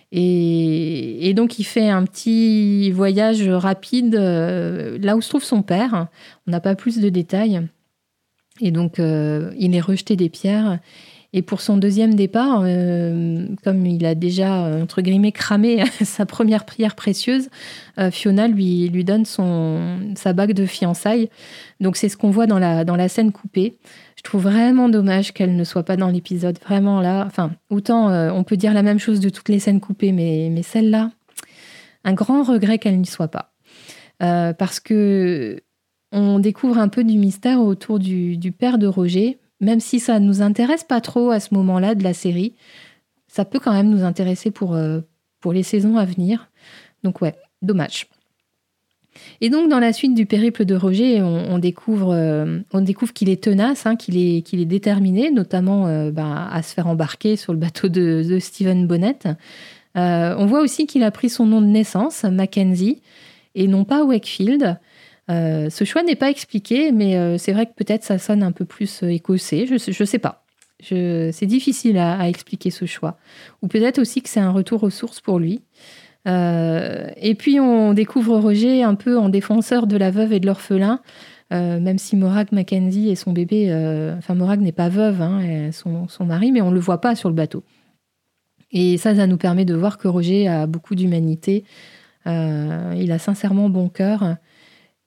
Et, et donc, il fait un petit voyage rapide euh, là où se trouve son père. On n'a pas plus de détails. Et donc, euh, il est rejeté des pierres. Et pour son deuxième départ, euh, comme il a déjà, entre guillemets, cramé sa première pierre précieuse, euh, Fiona lui, lui donne son, sa bague de fiançailles. Donc, c'est ce qu'on voit dans la, dans la scène coupée. Je trouve vraiment dommage qu'elle ne soit pas dans l'épisode. Vraiment, là, enfin, autant euh, on peut dire la même chose de toutes les scènes coupées, mais, mais celle-là, un grand regret qu'elle n'y soit pas. Euh, parce que on découvre un peu du mystère autour du, du père de Roger. Même si ça ne nous intéresse pas trop à ce moment-là de la série, ça peut quand même nous intéresser pour, euh, pour les saisons à venir. Donc ouais, dommage. Et donc, dans la suite du périple de Roger, on, on, découvre, euh, on découvre qu'il est tenace, hein, qu'il est, qu'il est déterminé, notamment euh, bah, à se faire embarquer sur le bateau de, de Stephen Bonnet. Euh, on voit aussi qu'il a pris son nom de naissance, Mackenzie, et non pas Wakefield. Euh, ce choix n'est pas expliqué, mais euh, c'est vrai que peut-être ça sonne un peu plus euh, écossais, je ne sais pas. Je, c'est difficile à, à expliquer ce choix. Ou peut-être aussi que c'est un retour aux sources pour lui. Euh, et puis on découvre Roger un peu en défenseur de la veuve et de l'orphelin, euh, même si Morag Mackenzie et son bébé... Euh, enfin, Morag n'est pas veuve, hein, son, son mari, mais on ne le voit pas sur le bateau. Et ça, ça nous permet de voir que Roger a beaucoup d'humanité. Euh, il a sincèrement bon cœur.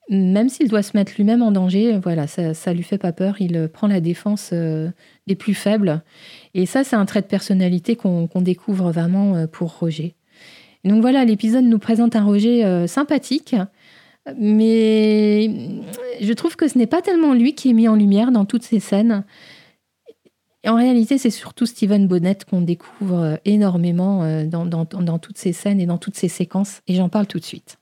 même s'il doit se mettre lui-même en danger, voilà, ça ne lui fait pas peur. Il prend la défense euh, des plus faibles. Et ça, c'est un trait de personnalité qu'on, qu'on découvre vraiment euh, pour Roger. Et donc voilà, l'épisode nous présente un Roger euh, sympathique, mais je trouve que ce n'est pas tellement lui qui est mis en lumière dans toutes ces scènes. Et en réalité, c'est surtout Stephen Bonnet qu'on découvre énormément euh, dans, dans, dans toutes ces scènes et dans toutes ces séquences. Et j'en parle tout de suite.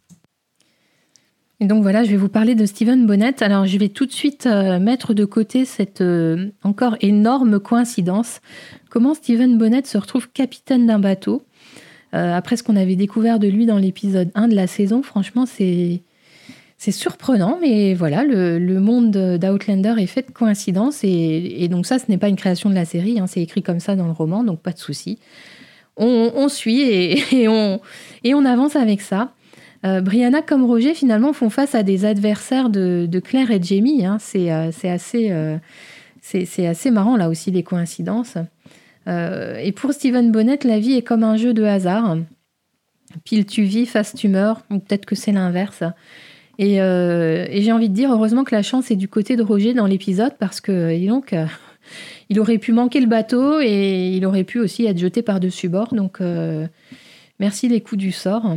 Et donc voilà, je vais vous parler de Stephen Bonnet. Alors je vais tout de suite euh, mettre de côté cette euh, encore énorme coïncidence. Comment Stephen Bonnet se retrouve capitaine d'un bateau euh, après ce qu'on avait découvert de lui dans l'épisode un de la saison. Franchement, c'est, c'est surprenant, mais voilà, le, le monde d'Outlander est fait de coïncidences. Et, et donc ça, ce n'est pas une création de la série, hein, c'est écrit comme ça dans le roman, donc pas de souci. On, on suit et, et, on, et on avance avec ça. Euh, Brianna comme Roger finalement font face à des adversaires de, de Claire et Jamie. Hein. C'est, euh, c'est, assez, euh, c'est, c'est assez marrant là aussi les coïncidences. Euh, et pour Stephen Bonnet, la vie est comme un jeu de hasard. Pile tu vis, face tu meurs, ou peut-être que c'est l'inverse. Et, euh, et j'ai envie de dire heureusement que la chance est du côté de Roger dans l'épisode parce que et donc euh, il aurait pu manquer le bateau et il aurait pu aussi être jeté par-dessus bord. Donc euh, merci les coups du sort.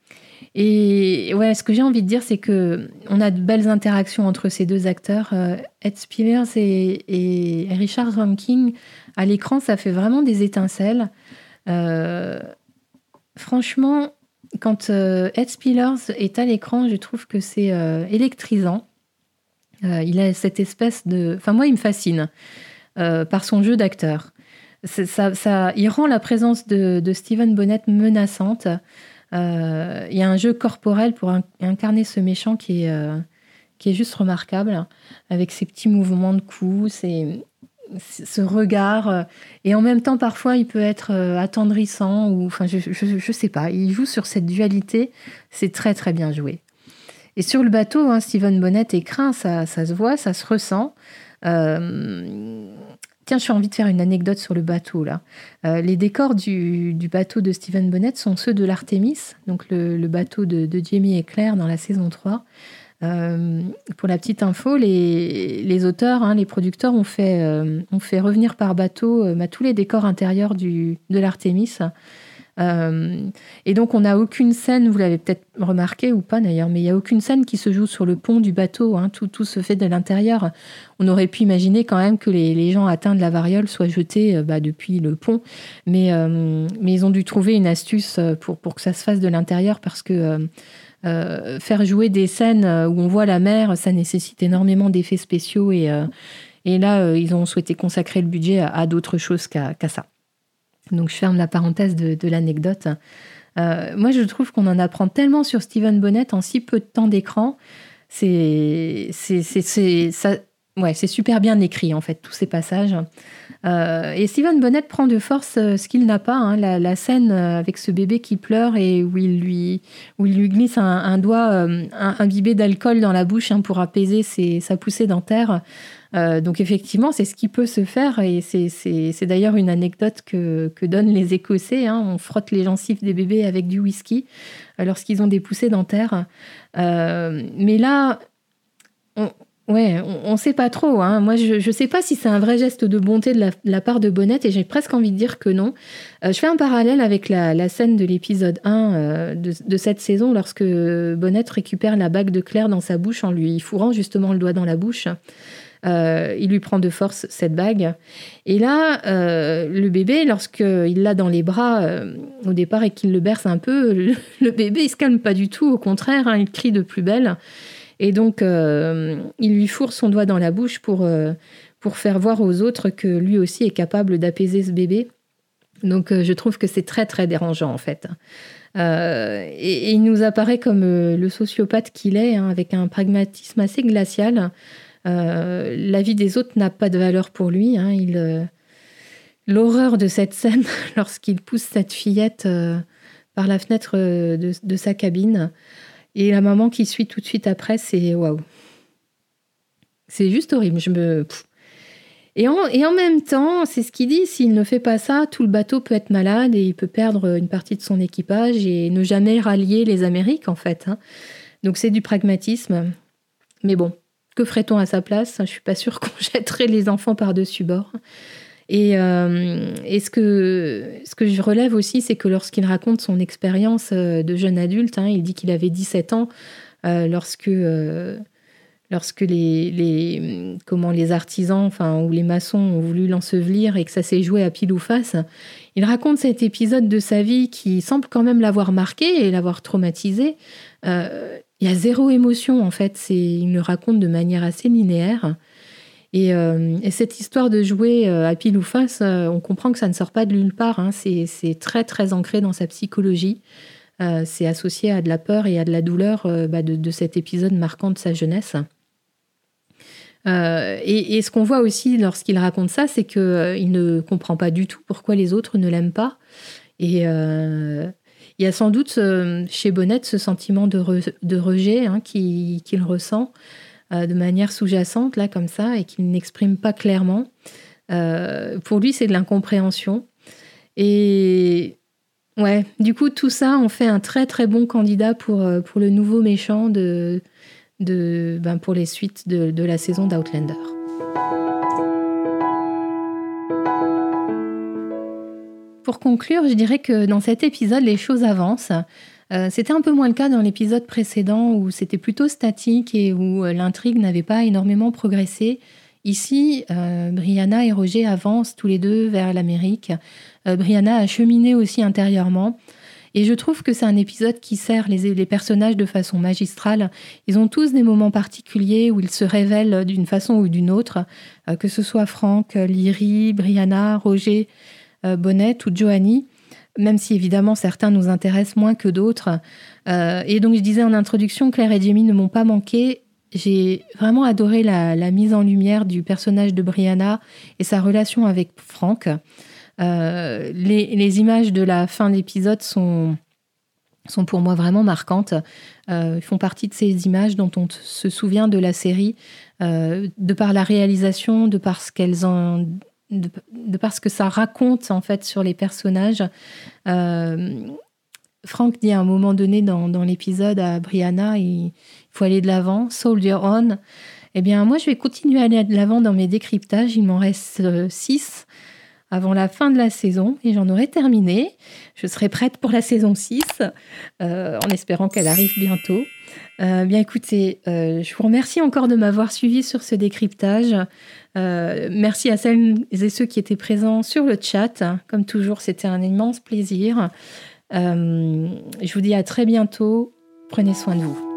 Et ouais, ce que j'ai envie de dire, c'est que on a de belles interactions entre ces deux acteurs, euh, Ed Spillers et, et Richard Rankin. À l'écran, ça fait vraiment des étincelles. Euh, franchement, quand euh, Ed Spillers est à l'écran, je trouve que c'est euh, électrisant. Euh, il a cette espèce de... Enfin, moi, il me fascine euh, par son jeu d'acteur. C'est, ça, ça, il rend la présence de, de Stephen Bonnet menaçante. Euh, il y a un jeu corporel pour in- incarner ce méchant qui est, euh, qui est juste remarquable, avec ses petits mouvements de cou, ses, ce regard. Euh, et en même temps, parfois, il peut être euh, attendrissant. Ou, enfin, je, je, je sais pas. Il joue sur cette dualité. C'est très, très bien joué. Et sur le bateau, hein, Stephen Bonnet est craint. Ça, ça se voit, ça se ressent. Euh, Tiens, j'ai envie de faire une anecdote sur le bateau, là. Euh, les décors du, du bateau de Stephen Bonnet sont ceux de l'Artemis, donc le, le bateau de, de Jamie et Claire dans la saison trois. Euh, pour la petite info, les, les auteurs, hein, les producteurs ont fait, euh, ont fait revenir par bateau euh, bah, tous les décors intérieurs du, de l'Artemis. Euh, et donc, on n'a aucune scène, vous l'avez peut-être remarqué ou pas d'ailleurs, mais il n'y a aucune scène qui se joue sur le pont du bateau. Hein, tout, tout se fait de l'intérieur. On aurait pu imaginer quand même que les, les gens atteints de la variole soient jetés euh, bah, depuis le pont. Mais, euh, mais ils ont dû trouver une astuce pour, pour que ça se fasse de l'intérieur parce que euh, euh, faire jouer des scènes où on voit la mer, ça nécessite énormément d'effets spéciaux. Et, euh, et là, euh, ils ont souhaité consacrer le budget à, à d'autres choses qu'à, qu'à ça. Donc, je ferme la parenthèse de, de l'anecdote. Euh, moi, je trouve qu'on en apprend tellement sur Stephen Bonnet en si peu de temps d'écran. C'est, c'est, c'est, c'est, ça, ouais, c'est super bien écrit, en fait, tous ces passages. Euh, et Stephen Bonnet prend de force ce qu'il n'a pas. Hein, la, la scène avec ce bébé qui pleure et où il lui, où il lui glisse un, un doigt euh, imbibé d'alcool dans la bouche hein, pour apaiser ses, sa poussée dentaire. Euh, donc effectivement, c'est ce qui peut se faire et c'est, c'est, c'est d'ailleurs une anecdote que, que donnent les Écossais. Hein. On frotte les gencives des bébés avec du whisky euh, lorsqu'ils ont des poussées dentaires. Euh, mais là, on, ouais, on ne sait pas trop. Hein. Moi, je ne sais pas si c'est un vrai geste de bonté de la, de la part de Bonnet et j'ai presque envie de dire que non. Euh, je fais un parallèle avec la, la scène de l'épisode un euh, de, de cette saison lorsque Bonnet récupère la bague de Claire dans sa bouche en lui fourrant justement le doigt dans la bouche. Euh, il lui prend de force cette bague. Et là, euh, le bébé, lorsqu'il l'a dans les bras euh, au départ et qu'il le berce un peu, le, le bébé, il se calme pas du tout. Au contraire, hein, il crie de plus belle. Et donc, euh, il lui fourre son doigt dans la bouche pour, euh, pour faire voir aux autres que lui aussi est capable d'apaiser ce bébé. Donc, euh, je trouve que c'est très, très dérangeant, en fait. Euh, et, et il nous apparaît comme euh, le sociopathe qu'il est, hein, avec un pragmatisme assez glacial. Euh, la vie des autres n'a pas de valeur pour lui. Hein. Il, euh, l'horreur de cette scène lorsqu'il pousse cette fillette euh, par la fenêtre euh, de, de sa cabine. Et la maman qui suit tout de suite après, c'est waouh. C'est juste horrible. Je me... Et en, et en même temps, c'est ce qu'il dit, s'il ne fait pas ça, tout le bateau peut être malade et il peut perdre une partie de son équipage et ne jamais rallier les Amériques, en fait. Hein. Donc c'est du pragmatisme. Mais bon, que ferait-on à sa place ? Je ne suis pas sûre qu'on jetterait les enfants par-dessus bord. Et, euh, et ce, que, ce que je relève aussi, c'est que lorsqu'il raconte son expérience de jeune adulte, hein, il dit qu'il avait dix-sept ans euh, lorsque, euh, lorsque les, les, comment, les artisans enfin, ou les maçons ont voulu l'ensevelir et que ça s'est joué à pile ou face. Il raconte cet épisode de sa vie qui semble quand même l'avoir marqué et l'avoir traumatisé. Euh, il y a zéro émotion, en fait. C'est, il le raconte de manière assez linéaire. Et, euh, et cette histoire de jouer à pile ou face, euh, on comprend que ça ne sort pas de nulle part. Hein. C'est, c'est très, très ancré dans sa psychologie. Euh, c'est associé à de la peur et à de la douleur euh, bah, de, de cet épisode marquant de sa jeunesse. Euh, et, et ce qu'on voit aussi lorsqu'il raconte ça, c'est qu'il euh, ne comprend pas du tout pourquoi les autres ne l'aiment pas. Et euh, il y a sans doute euh, chez Bonnet ce sentiment de, re, de rejet hein, qu'il, qu'il ressent. Euh, de manière sous-jacente, là, comme ça, et qu'il n'exprime pas clairement. Euh, pour lui, c'est de l'incompréhension. Et ouais, du coup, tout ça en fait un très, très bon candidat pour, pour le nouveau méchant de, de, ben, pour les suites de, de la saison d'Outlander. Pour conclure, je dirais que dans cet épisode, les choses avancent. Euh, c'était un peu moins le cas dans l'épisode précédent où c'était plutôt statique et où euh, l'intrigue n'avait pas énormément progressé. Ici, euh, Brianna et Roger avancent tous les deux vers l'Amérique. Euh, Brianna a cheminé aussi intérieurement. Et je trouve que c'est un épisode qui sert les, les personnages de façon magistrale. Ils ont tous des moments particuliers où ils se révèlent d'une façon ou d'une autre, euh, que ce soit Frank, Lyrie, Brianna, Roger, euh, Bonnet ou Joanie. Même si évidemment certains nous intéressent moins que d'autres. Euh, et donc je disais en introduction, Claire et Jamie ne m'ont pas manqué. J'ai vraiment adoré la, la mise en lumière du personnage de Brianna et sa relation avec Frank. Euh, les, les images de la fin de l'épisode sont, sont pour moi vraiment marquantes. Euh, ils font partie de ces images dont on se souvient de la série, euh, de par la réalisation, de par ce qu'elles en... De, de parce que ça raconte en fait sur les personnages. Euh, Frank dit à un moment donné dans, dans l'épisode à Brianna, il faut aller de l'avant, soldier on. Eh bien moi je vais continuer à aller de l'avant dans mes décryptages, il m'en reste euh, six avant la fin de la saison et j'en aurai terminé. Je serai prête pour la saison six, euh, en espérant qu'elle arrive bientôt. Euh, bien écoutez, euh, je vous remercie encore de m'avoir suivi sur ce décryptage. Euh, merci à celles et ceux qui étaient présents sur le chat. Comme toujours, c'était un immense plaisir. Euh, je vous dis à très bientôt. Prenez soin de vous.